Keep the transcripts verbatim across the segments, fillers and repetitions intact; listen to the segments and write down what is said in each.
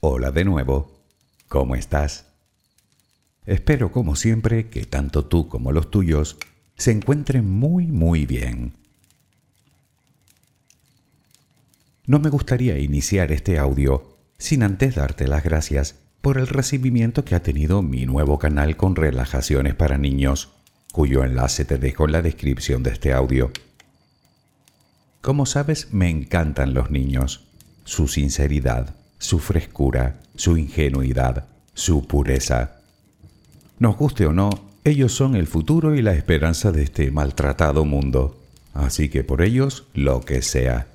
Hola de nuevo, ¿cómo estás? Espero como siempre que tanto tú como los tuyos se encuentren muy muy bien. No me gustaría iniciar este audio sin antes darte las gracias por el recibimiento que ha tenido mi nuevo canal con relajaciones para niños, cuyo enlace te dejo en la descripción de este audio. Como sabes, me encantan los niños, su sinceridad, su frescura, su ingenuidad, su pureza. Nos guste o no, ellos son el futuro y la esperanza de este maltratado mundo, así que por ellos lo que sea.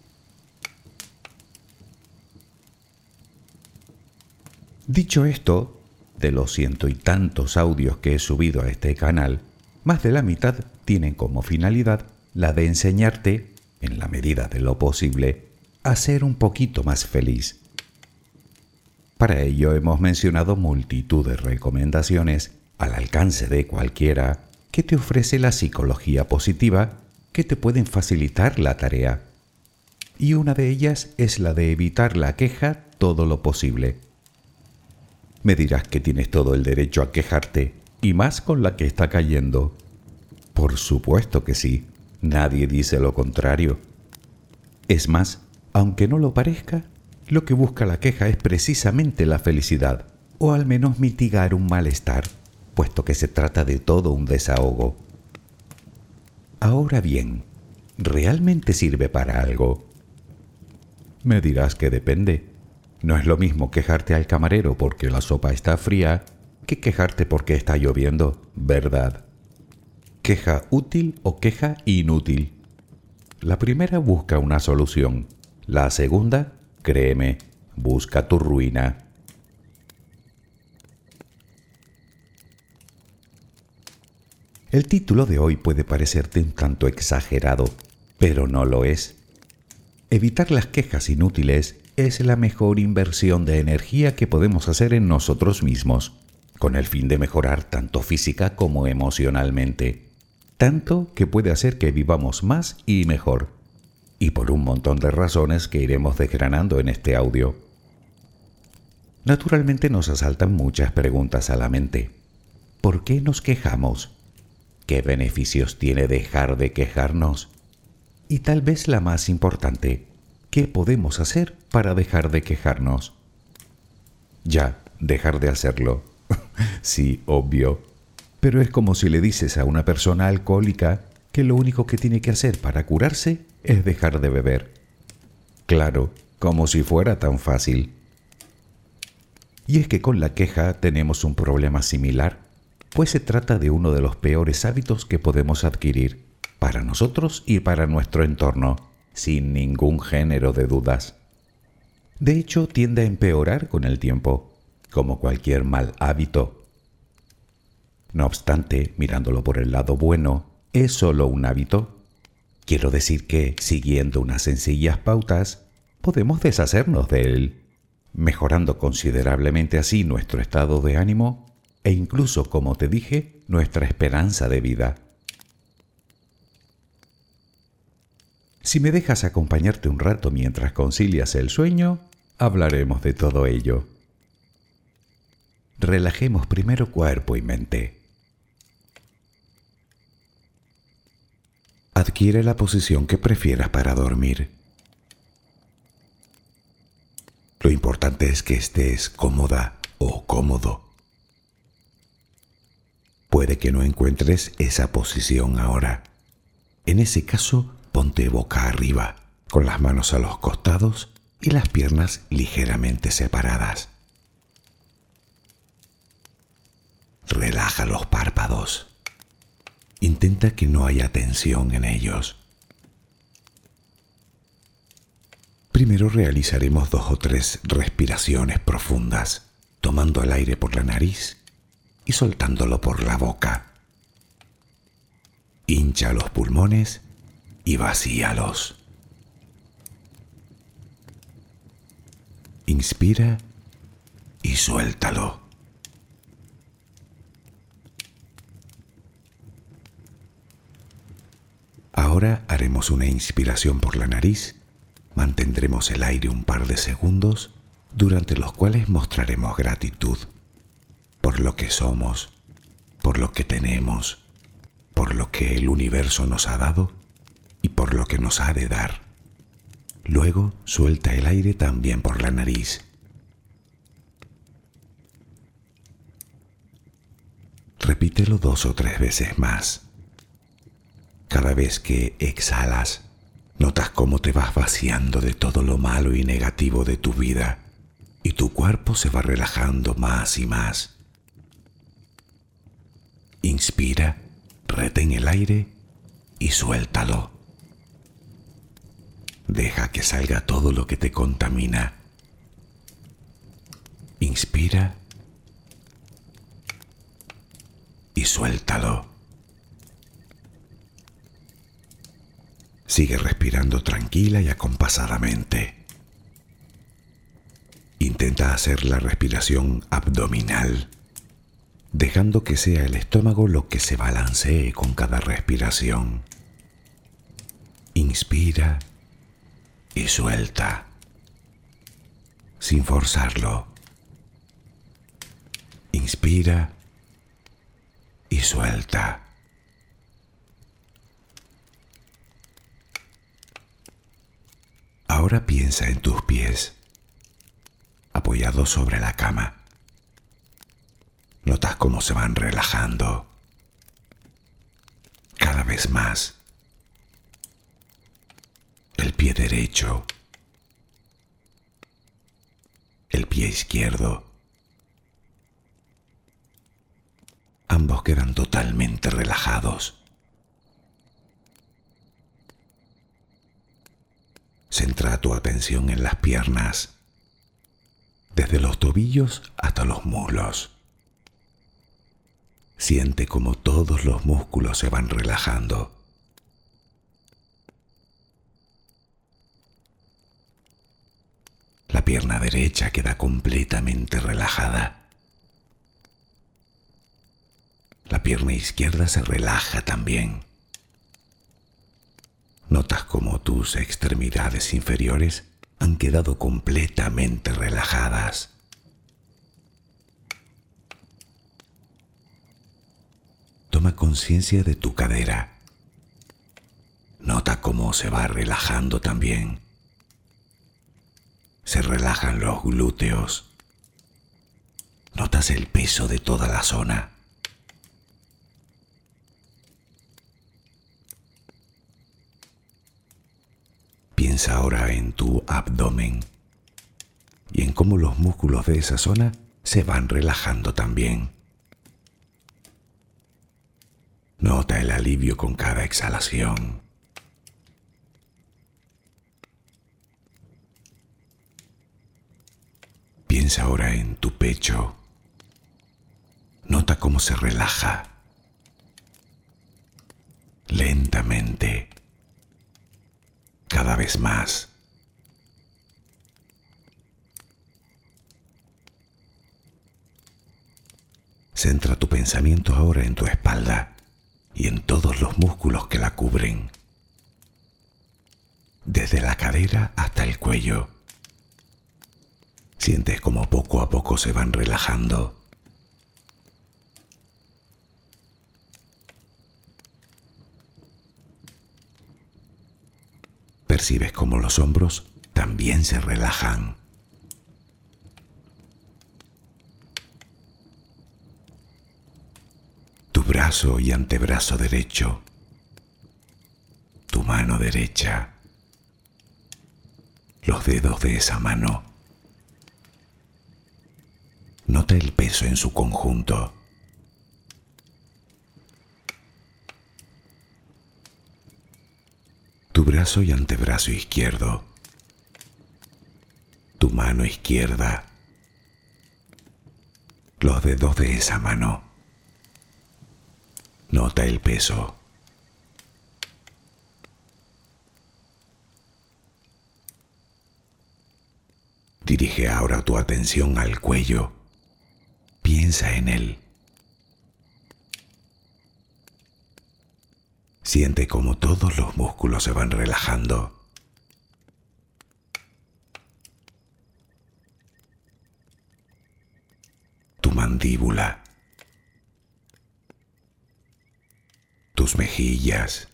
Dicho esto, de los ciento y tantos audios que he subido a este canal, más de la mitad tienen como finalidad la de enseñarte, en la medida de lo posible, a ser un poquito más feliz. Para ello hemos mencionado multitud de recomendaciones al alcance de cualquiera que te ofrece la psicología positiva que te pueden facilitar la tarea. Y una de ellas es la de evitar la queja todo lo posible. Me dirás que tienes todo el derecho a quejarte, y más con la que está cayendo. Por supuesto que sí, nadie dice lo contrario. Es más, aunque no lo parezca, lo que busca la queja es precisamente la felicidad, o al menos mitigar un malestar, puesto que se trata de todo un desahogo. Ahora bien, ¿realmente sirve para algo? Me dirás que depende. No es lo mismo quejarte al camarero porque la sopa está fría que quejarte porque está lloviendo, ¿verdad? ¿Queja útil o queja inútil? La primera busca una solución. La segunda, créeme, busca tu ruina. El título de hoy puede parecerte un tanto exagerado, pero no lo es. Evitar las quejas inútiles es la mejor inversión de energía que podemos hacer en nosotros mismos, con el fin de mejorar tanto física como emocionalmente, tanto que puede hacer que vivamos más y mejor, y por un montón de razones que iremos desgranando en este audio. Naturalmente nos asaltan muchas preguntas a la mente. ¿Por qué nos quejamos? ¿Qué beneficios tiene dejar de quejarnos? Y tal vez la más importante, ¿qué podemos hacer para dejar de quejarnos? Ya, dejar de hacerlo. Sí, obvio. Pero es como si le dices a una persona alcohólica que lo único que tiene que hacer para curarse es dejar de beber. Claro, como si fuera tan fácil. Y es que con la queja tenemos un problema similar, pues se trata de uno de los peores hábitos que podemos adquirir, para nosotros y para nuestro entorno, sin ningún género de dudas. De hecho, tiende a empeorar con el tiempo, como cualquier mal hábito. No obstante, mirándolo por el lado bueno, es solo un hábito. Quiero decir que, siguiendo unas sencillas pautas, podemos deshacernos de él, mejorando considerablemente así nuestro estado de ánimo e incluso, como te dije, nuestra esperanza de vida. Si me dejas acompañarte un rato mientras concilias el sueño, hablaremos de todo ello. Relajemos primero cuerpo y mente. Adquiere la posición que prefieras para dormir. Lo importante es que estés cómoda o cómodo. Puede que no encuentres esa posición ahora. En ese caso, ponte boca arriba, con las manos a los costados y las piernas ligeramente separadas. Relaja los párpados. Intenta que no haya tensión en ellos. Primero realizaremos dos o tres respiraciones profundas, tomando el aire por la nariz y soltándolo por la boca. Hincha los pulmones y vacíalos. Inspira y suéltalo. Ahora haremos una inspiración por la nariz, mantendremos el aire un par de segundos, durante los cuales mostraremos gratitud por lo que somos, por lo que tenemos, por lo que el universo nos ha dado y por lo que nos ha de dar. Luego suelta el aire también por la nariz. Repítelo dos o tres veces más. Cada vez que exhalas, notas cómo te vas vaciando de todo lo malo y negativo de tu vida y tu cuerpo se va relajando más y más. Inspira, retén el aire y suéltalo. Deja que salga todo lo que te contamina. Inspira y suéltalo. Sigue respirando tranquila y acompasadamente. Intenta hacer la respiración abdominal, dejando que sea el estómago lo que se balancee con cada respiración. Inspira y suelta, sin forzarlo. Inspira y suelta. Ahora piensa en tus pies, apoyados sobre la cama. Notas cómo se van relajando cada vez más. El pie derecho, el pie izquierdo. Ambos quedan totalmente relajados. Centra tu atención en las piernas, desde los tobillos hasta los muslos. Siente cómo todos los músculos se van relajando. La pierna derecha queda completamente relajada. La pierna izquierda se relaja también. Notas cómo tus extremidades inferiores han quedado completamente relajadas. Toma conciencia de tu cadera. Nota cómo se va relajando también. Se relajan los glúteos. Notas el peso de toda la zona. Piensa ahora en tu abdomen y en cómo los músculos de esa zona se van relajando también. Nota el alivio con cada exhalación. Piensa ahora en tu pecho. Nota cómo se relaja lentamente. Cada vez más. Centra tu pensamiento ahora en tu espalda y en todos los músculos que la cubren, desde la cadera hasta el cuello. Sientes como poco a poco se van relajando. Percibes cómo los hombros también se relajan. Tu brazo y antebrazo derecho, tu mano derecha, los dedos de esa mano. Nota el peso en su conjunto. Tu brazo y antebrazo izquierdo, tu mano izquierda, los dedos de esa mano. Nota el peso. Dirige ahora tu atención al cuello. Piensa en él. Siente cómo todos los músculos se van relajando. mandíbula, tus mejillas,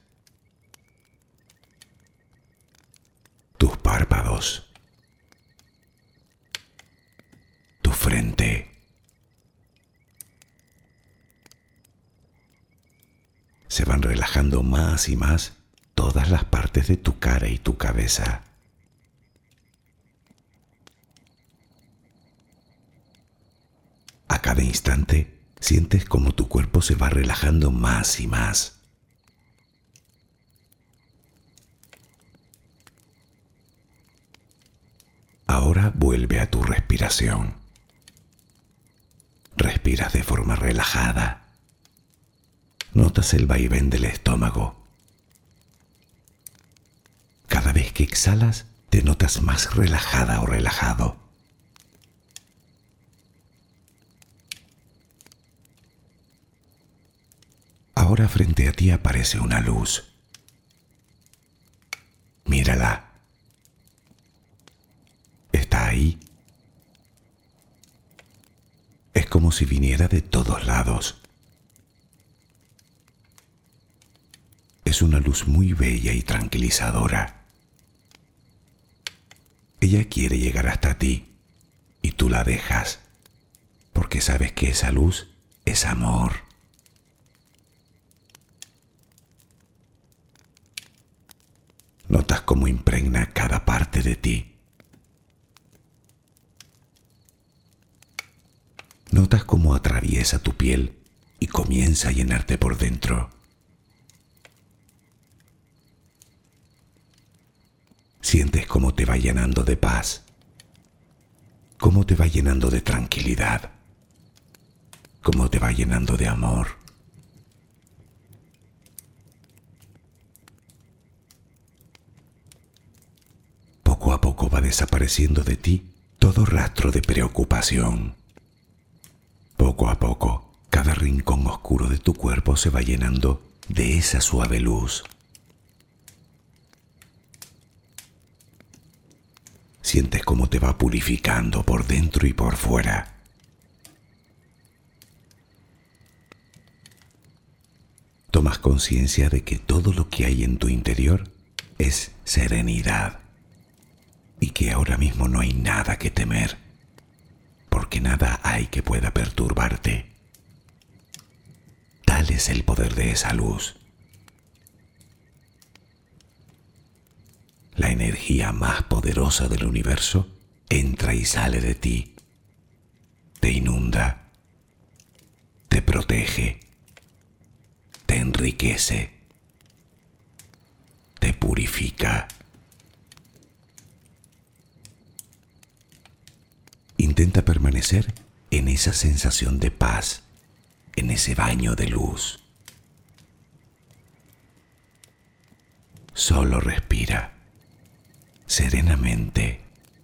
tus párpados, tu frente. Se van relajando más y más todas las partes de tu cara y tu cabeza. A cada instante sientes como tu cuerpo se va relajando más y más. Ahora vuelve a tu respiración. Respiras de forma relajada. Notas el vaivén del estómago. Cada vez que exhalas, te notas más relajada o relajado. Ahora frente a ti aparece una luz. Mírala. Está ahí. Es como si viniera de todos lados. Es una luz muy bella y tranquilizadora. Ella quiere llegar hasta ti y tú la dejas porque sabes que esa luz es amor. Notas cómo impregna cada parte de ti. Notas cómo atraviesa tu piel y comienza a llenarte por dentro. Sientes cómo te va llenando de paz, cómo te va llenando de tranquilidad, cómo te va llenando de amor. Poco a poco va desapareciendo de ti todo rastro de preocupación. Poco a poco, cada rincón oscuro de tu cuerpo se va llenando de esa suave luz. Sientes cómo te va purificando por dentro y por fuera. Tomas conciencia de que todo lo que hay en tu interior es serenidad y que ahora mismo no hay nada que temer, porque nada hay que pueda perturbarte. Tal es el poder de esa luz. La energía más poderosa del universo entra y sale de ti, te inunda, te protege, te enriquece, te purifica. Intenta permanecer en esa sensación de paz, en ese baño de luz. Solo respira serenamente.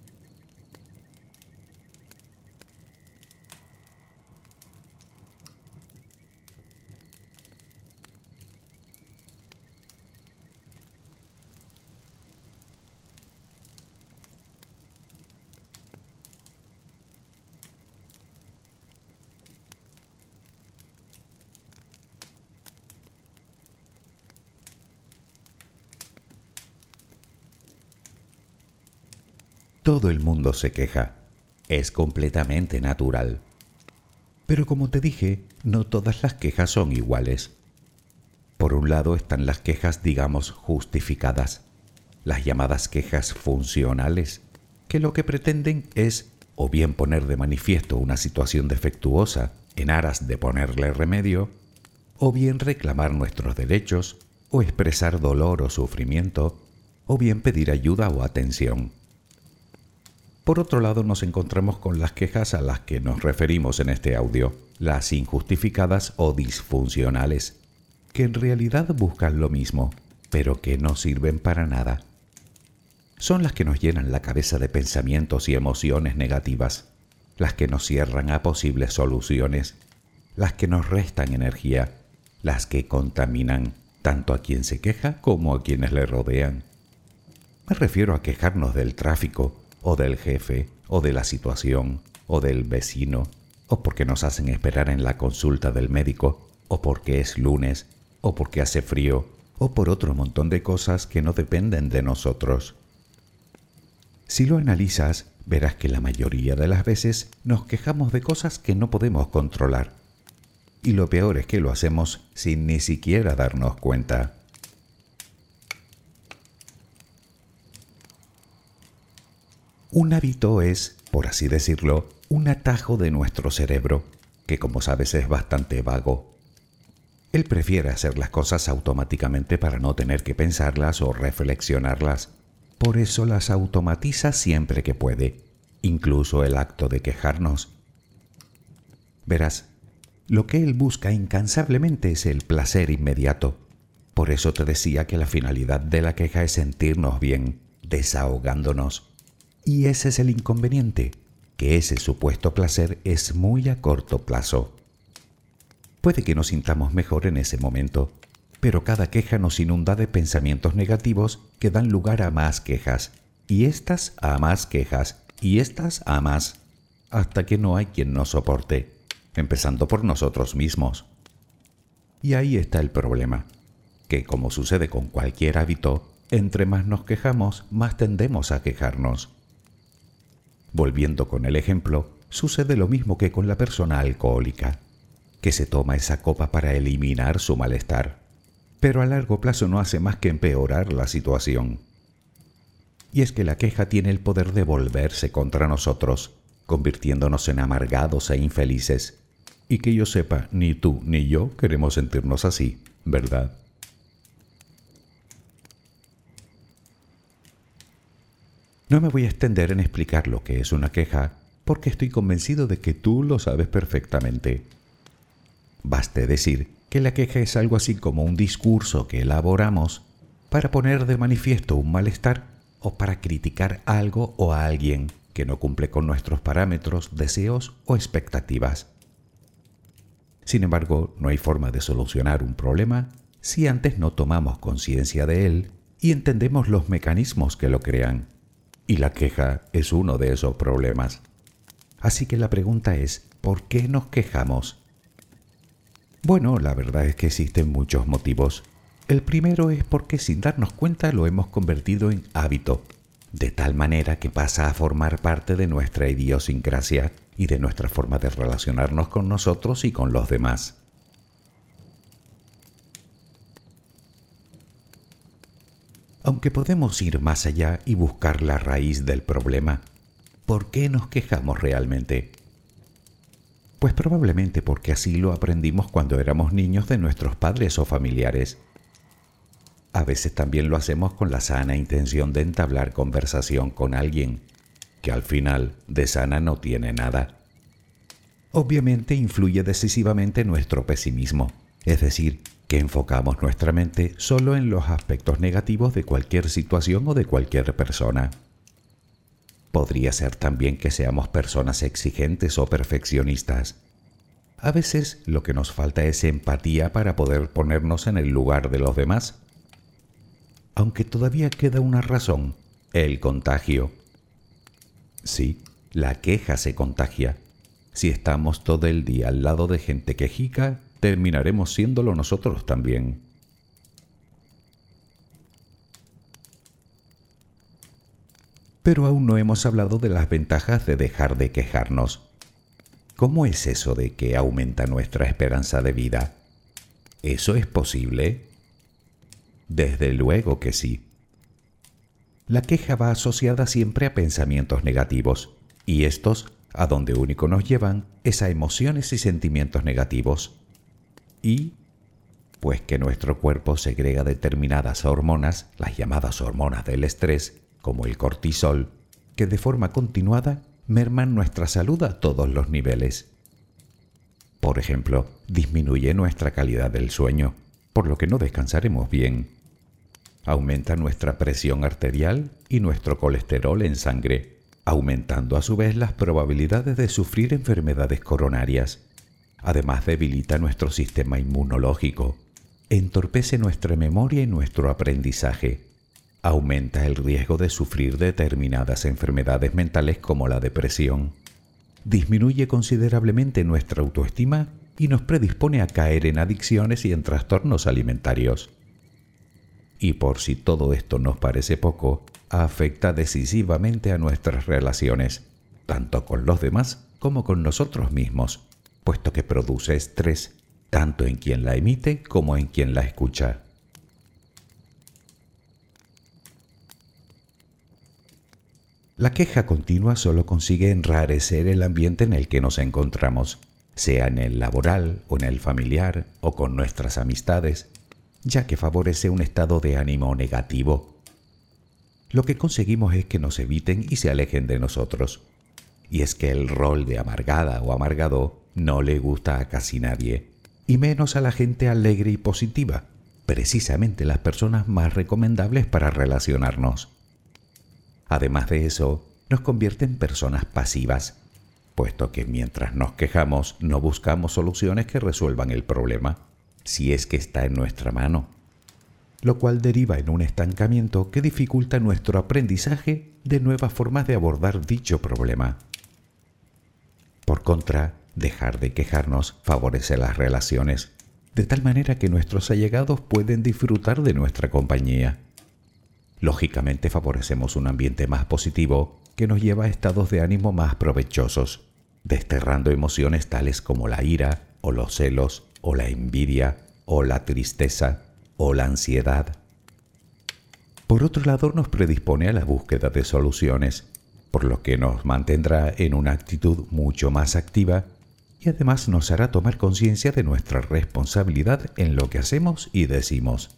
Todo el mundo se queja. Es completamente natural. Pero como te dije, no todas las quejas son iguales. Por un lado están las quejas, digamos, justificadas, las llamadas quejas funcionales, que lo que pretenden es o bien poner de manifiesto una situación defectuosa en aras de ponerle remedio, o bien reclamar nuestros derechos, o expresar dolor o sufrimiento, o bien pedir ayuda o atención. Por otro lado, nos encontramos con las quejas a las que nos referimos en este audio, las injustificadas o disfuncionales, que en realidad buscan lo mismo, pero que no sirven para nada. Son las que nos llenan la cabeza de pensamientos y emociones negativas, las que nos cierran a posibles soluciones, las que nos restan energía, las que contaminan tanto a quien se queja como a quienes le rodean. Me refiero a quejarnos del tráfico, o del jefe, o de la situación, o del vecino, o porque nos hacen esperar en la consulta del médico, o porque es lunes, o porque hace frío, o por otro montón de cosas que no dependen de nosotros. Si lo analizas, verás que la mayoría de las veces nos quejamos de cosas que no podemos controlar. Y lo peor es que lo hacemos sin ni siquiera darnos cuenta. Un hábito es, por así decirlo, un atajo de nuestro cerebro, que como sabes es bastante vago. Él prefiere hacer las cosas automáticamente para no tener que pensarlas o reflexionarlas. Por eso las automatiza siempre que puede, incluso el acto de quejarnos. Verás, lo que él busca incansablemente es el placer inmediato. Por eso te decía que la finalidad de la queja es sentirnos bien, desahogándonos. Y ese es el inconveniente, que ese supuesto placer es muy a corto plazo. Puede que nos sintamos mejor en ese momento, pero cada queja nos inunda de pensamientos negativos que dan lugar a más quejas, y estas a más quejas, y estas a más, hasta que no hay quien nos soporte, empezando por nosotros mismos. Y ahí está el problema, que como sucede con cualquier hábito, entre más nos quejamos, más tendemos a quejarnos. Volviendo con el ejemplo, sucede lo mismo que con la persona alcohólica, que se toma esa copa para eliminar su malestar, pero a largo plazo no hace más que empeorar la situación. Y es que la queja tiene el poder de volverse contra nosotros, convirtiéndonos en amargados e infelices. Y que yo sepa, ni tú ni yo queremos sentirnos así, ¿verdad? No me voy a extender en explicar lo que es una queja, porque estoy convencido de que tú lo sabes perfectamente. Baste decir que la queja es algo así como un discurso que elaboramos para poner de manifiesto un malestar o para criticar algo o a alguien que no cumple con nuestros parámetros, deseos o expectativas. Sin embargo, no hay forma de solucionar un problema si antes no tomamos conciencia de él y entendemos los mecanismos que lo crean. Y la queja es uno de esos problemas. Así que la pregunta es, ¿por qué nos quejamos? Bueno, la verdad es que existen muchos motivos. El primero es porque sin darnos cuenta lo hemos convertido en hábito, de tal manera que pasa a formar parte de nuestra idiosincrasia y de nuestra forma de relacionarnos con nosotros y con los demás. Aunque podemos ir más allá y buscar la raíz del problema, ¿por qué nos quejamos realmente? Pues probablemente porque así lo aprendimos cuando éramos niños de nuestros padres o familiares. A veces también lo hacemos con la sana intención de entablar conversación con alguien, que al final de sana no tiene nada. Obviamente influye decisivamente nuestro pesimismo, es decir, que enfocamos nuestra mente solo en los aspectos negativos de cualquier situación o de cualquier persona. Podría ser también que seamos personas exigentes o perfeccionistas. A veces lo que nos falta es empatía para poder ponernos en el lugar de los demás. Aunque todavía queda una razón, el contagio. Sí, la queja se contagia. Si estamos todo el día al lado de gente quejica, terminaremos siéndolo nosotros también. Pero aún no hemos hablado de las ventajas de dejar de quejarnos. ¿Cómo es eso de que aumenta nuestra esperanza de vida? ¿Eso es posible? Desde luego que sí. La queja va asociada siempre a pensamientos negativos, y estos, a donde único nos llevan, es a emociones y sentimientos negativos. Y, pues que nuestro cuerpo segrega determinadas hormonas, las llamadas hormonas del estrés, como el cortisol, que de forma continuada merman nuestra salud a todos los niveles. Por ejemplo, disminuye nuestra calidad del sueño, por lo que no descansaremos bien. Aumenta nuestra presión arterial y nuestro colesterol en sangre, aumentando a su vez las probabilidades de sufrir enfermedades coronarias. Además, debilita nuestro sistema inmunológico, entorpece nuestra memoria y nuestro aprendizaje, aumenta el riesgo de sufrir determinadas enfermedades mentales como la depresión, disminuye considerablemente nuestra autoestima y nos predispone a caer en adicciones y en trastornos alimentarios. Y por si todo esto nos parece poco, afecta decisivamente a nuestras relaciones, tanto con los demás como con nosotros mismos, puesto que produce estrés tanto en quien la emite como en quien la escucha. La queja continua solo consigue enrarecer el ambiente en el que nos encontramos, sea en el laboral o en el familiar o con nuestras amistades, ya que favorece un estado de ánimo negativo. Lo que conseguimos es que nos eviten y se alejen de nosotros. Y es que el rol de amargada o amargado no le gusta a casi nadie, y menos a la gente alegre y positiva, precisamente las personas más recomendables para relacionarnos. Además de eso, nos convierte en personas pasivas, puesto que mientras nos quejamos no buscamos soluciones que resuelvan el problema, si es que está en nuestra mano, lo cual deriva en un estancamiento que dificulta nuestro aprendizaje de nuevas formas de abordar dicho problema. Por contra, dejar de quejarnos favorece las relaciones, de tal manera que nuestros allegados pueden disfrutar de nuestra compañía. Lógicamente favorecemos un ambiente más positivo que nos lleva a estados de ánimo más provechosos, desterrando emociones tales como la ira, o los celos, o la envidia, o la tristeza, o la ansiedad. Por otro lado, nos predispone a la búsqueda de soluciones, por lo que nos mantendrá en una actitud mucho más activa y además nos hará tomar conciencia de nuestra responsabilidad en lo que hacemos y decimos.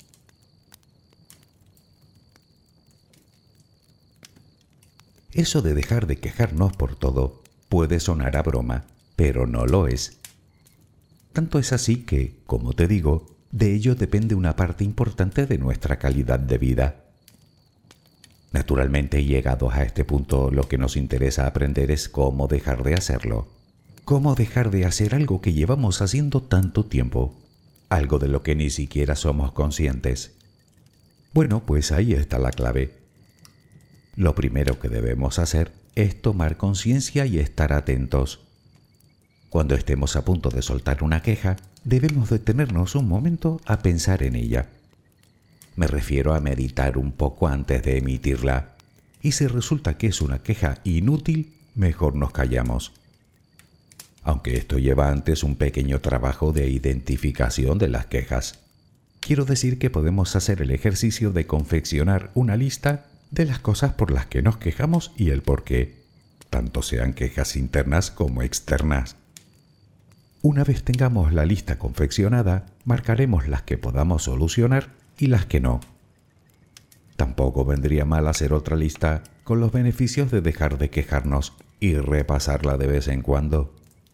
Eso de dejar de quejarnos por todo puede sonar a broma, pero no lo es. Tanto es así que, como te digo, de ello depende una parte importante de nuestra calidad de vida. Naturalmente, llegados a este punto, lo que nos interesa aprender es cómo dejar de hacerlo. Cómo dejar de hacer algo que llevamos haciendo tanto tiempo, algo de lo que ni siquiera somos conscientes. Bueno, pues ahí está la clave. Lo primero que debemos hacer es tomar conciencia y estar atentos. Cuando estemos a punto de soltar una queja, debemos detenernos un momento a pensar en ella. Me refiero a meditar un poco antes de emitirla. Y si resulta que es una queja inútil, mejor nos callamos. Aunque esto lleva antes un pequeño trabajo de identificación de las quejas. Quiero decir que podemos hacer el ejercicio de confeccionar una lista de las cosas por las que nos quejamos y el por qué, tanto sean quejas internas como externas. Una vez tengamos la lista confeccionada, marcaremos las que podamos solucionar y las que no. Tampoco vendría mal hacer otra lista con los beneficios de dejar de quejarnos y repasarla de vez en cuando.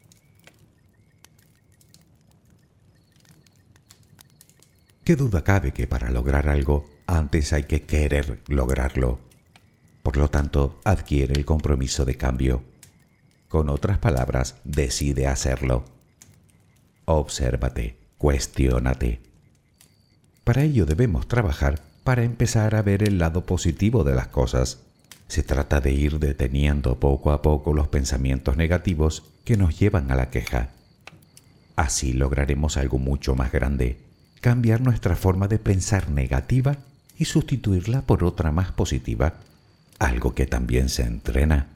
Qué duda cabe que para lograr algo, antes hay que querer lograrlo. Por lo tanto, adquiere el compromiso de cambio. Con otras palabras, decide hacerlo. Obsérvate, cuestiónate. Para ello debemos trabajar para empezar a ver el lado positivo de las cosas. Se trata de ir deteniendo poco a poco los pensamientos negativos que nos llevan a la queja. Así lograremos algo mucho más grande, cambiar nuestra forma de pensar negativa y sustituirla por otra más positiva, algo que también se entrena.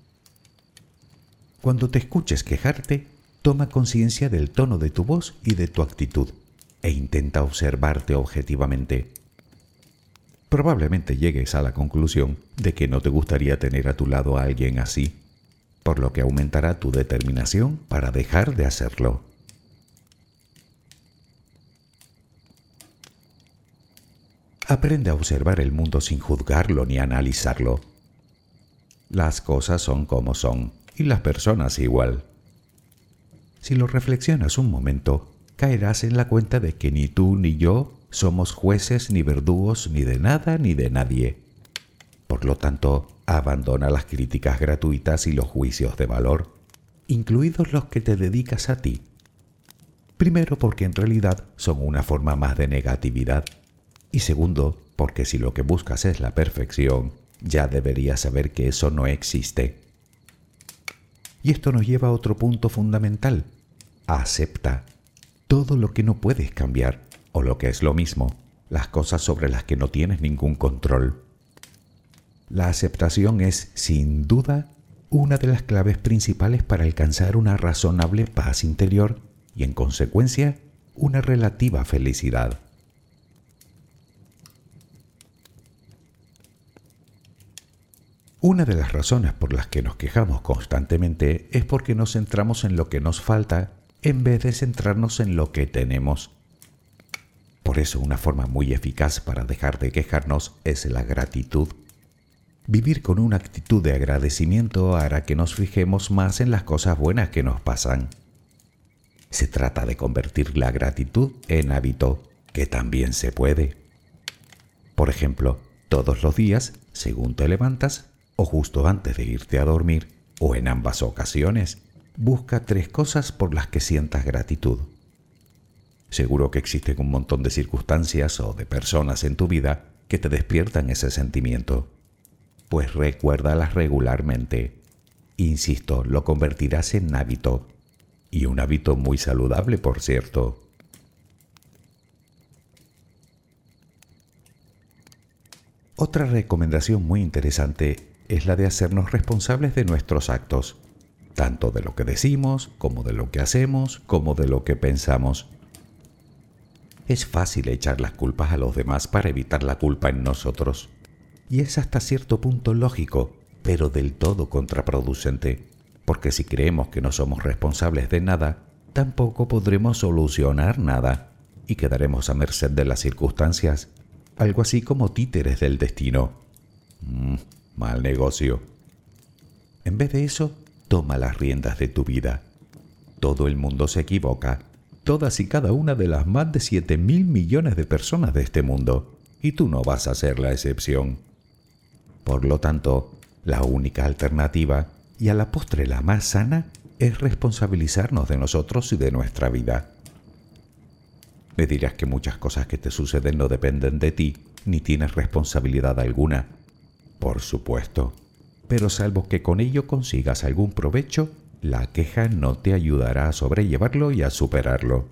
Cuando te escuches quejarte, toma conciencia del tono de tu voz y de tu actitud e intenta observarte objetivamente. Probablemente llegues a la conclusión de que no te gustaría tener a tu lado a alguien así, por lo que aumentará tu determinación para dejar de hacerlo. Aprende a observar el mundo sin juzgarlo ni analizarlo. Las cosas son como son y las personas igual. Si lo reflexionas un momento, caerás en la cuenta de que ni tú ni yo somos jueces ni verdugos ni de nada ni de nadie. Por lo tanto, abandona las críticas gratuitas y los juicios de valor, incluidos los que te dedicas a ti. Primero, porque en realidad son una forma más de negatividad. Y segundo, porque si lo que buscas es la perfección, ya deberías saber que eso no existe. Y esto nos lleva a otro punto fundamental. Acepta todo lo que no puedes cambiar, o lo que es lo mismo, las cosas sobre las que no tienes ningún control. La aceptación es, sin duda, una de las claves principales para alcanzar una razonable paz interior y, en consecuencia, una relativa felicidad. Una de las razones por las que nos quejamos constantemente es porque nos centramos en lo que nos falta en vez de centrarnos en lo que tenemos. Por eso, una forma muy eficaz para dejar de quejarnos es la gratitud. Vivir con una actitud de agradecimiento hará que nos fijemos más en las cosas buenas que nos pasan. Se trata de convertir la gratitud en hábito, que también se puede. Por ejemplo, todos los días, según te levantas, o justo antes de irte a dormir, o en ambas ocasiones, busca tres cosas por las que sientas gratitud. Seguro que existen un montón de circunstancias o de personas en tu vida que te despiertan ese sentimiento. Pues recuérdalas regularmente. Insisto, lo convertirás en hábito. Y un hábito muy saludable, por cierto. Otra recomendación muy interesante es la de hacernos responsables de nuestros actos, tanto de lo que decimos, como de lo que hacemos, como de lo que pensamos. Es fácil echar las culpas a los demás para evitar la culpa en nosotros. Y es hasta cierto punto lógico, pero del todo contraproducente, porque si creemos que no somos responsables de nada, tampoco podremos solucionar nada y quedaremos a merced de las circunstancias, algo así como títeres del destino. Mm, mal negocio. En vez de eso, toma las riendas de tu vida. Todo el mundo se equivoca, todas y cada una de las más de siete mil millones de personas de este mundo, y tú no vas a ser la excepción. Por lo tanto, la única alternativa, y a la postre la más sana, es responsabilizarnos de nosotros y de nuestra vida. Me dirás que muchas cosas que te suceden no dependen de ti, ni tienes responsabilidad alguna. Por supuesto, pero salvo que con ello consigas algún provecho, la queja no te ayudará a sobrellevarlo y a superarlo.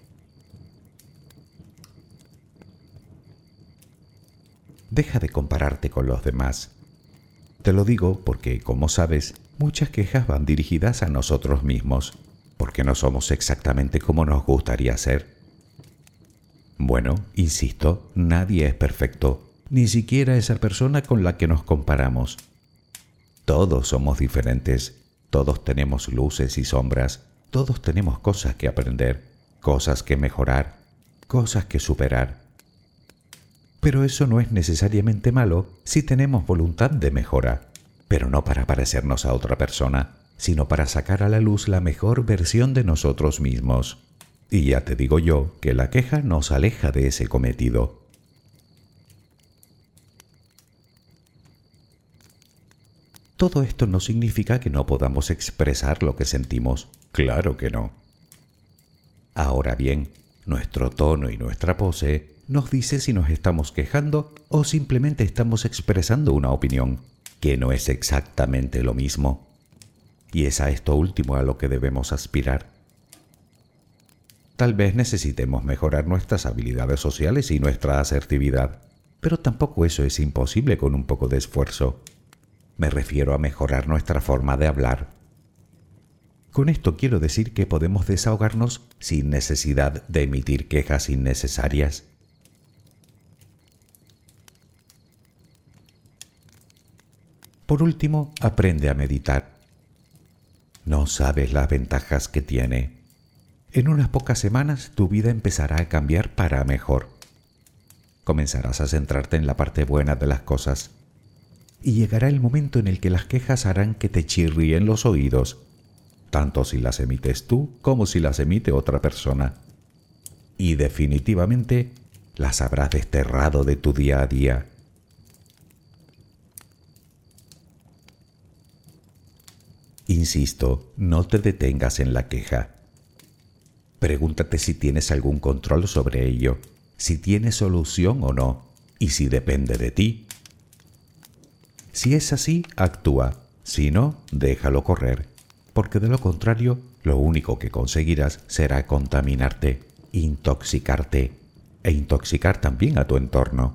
Deja de compararte con los demás. Te lo digo porque, como sabes, muchas quejas van dirigidas a nosotros mismos, porque no somos exactamente como nos gustaría ser. Bueno, insisto, nadie es perfecto, ni siquiera esa persona con la que nos comparamos. Todos somos diferentes, todos tenemos luces y sombras, todos tenemos cosas que aprender, cosas que mejorar, cosas que superar. Pero eso no es necesariamente malo si tenemos voluntad de mejora, pero no para parecernos a otra persona, sino para sacar a la luz la mejor versión de nosotros mismos. Y ya te digo yo que la queja nos aleja de ese cometido. Todo esto no significa que no podamos expresar lo que sentimos. Claro que no. Ahora bien, nuestro tono y nuestra pose nos dice si nos estamos quejando o simplemente estamos expresando una opinión, que no es exactamente lo mismo. Y es a esto último a lo que debemos aspirar. Tal vez necesitemos mejorar nuestras habilidades sociales y nuestra asertividad, pero tampoco eso es imposible con un poco de esfuerzo. Me refiero a mejorar nuestra forma de hablar. Con esto quiero decir que podemos desahogarnos sin necesidad de emitir quejas innecesarias. Por último, aprende a meditar. No sabes las ventajas que tiene. En unas pocas semanas tu vida empezará a cambiar para mejor. Comenzarás a centrarte en la parte buena de las cosas. Y llegará el momento en el que las quejas harán que te chirríen los oídos, tanto si las emites tú como si las emite otra persona. Y definitivamente las habrás desterrado de tu día a día. Insisto, no te detengas en la queja. Pregúntate si tienes algún control sobre ello, si tienes solución o no, y si depende de ti. Si es así, actúa. Si no, déjalo correr, porque de lo contrario, lo único que conseguirás será contaminarte, intoxicarte e intoxicar también a tu entorno.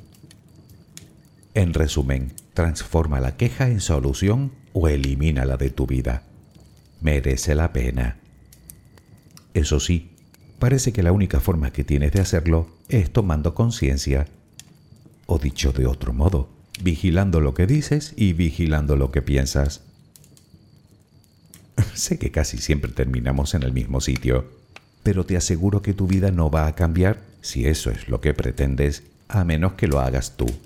En resumen, transforma la queja en solución o elimínala de tu vida. Merece la pena. Eso sí, parece que la única forma que tienes de hacerlo es tomando conciencia. O dicho de otro modo, vigilando lo que dices y vigilando lo que piensas. Sé que casi siempre terminamos en el mismo sitio, pero te aseguro que tu vida no va a cambiar si eso es lo que pretendes, a menos que lo hagas tú.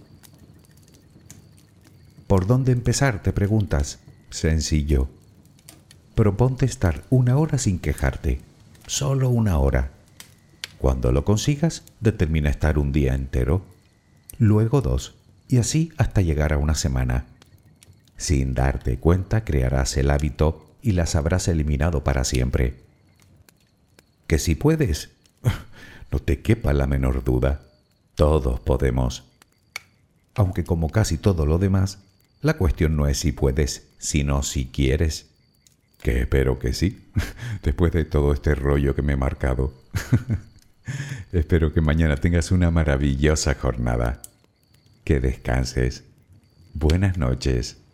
¿Por dónde empezar?, te preguntas. Sencillo. Proponte estar una hora sin quejarte. Solo una hora. Cuando lo consigas, determina estar un día entero. Luego dos. Y así hasta llegar a una semana. Sin darte cuenta, crearás el hábito y las habrás eliminado para siempre. ¿Que si puedes? No te quepa la menor duda. Todos podemos. Aunque como casi todo lo demás, la cuestión no es si puedes, sino si quieres. Que espero que sí, después de todo este rollo que me he marcado. Espero que mañana tengas una maravillosa jornada. Que descanses. Buenas noches.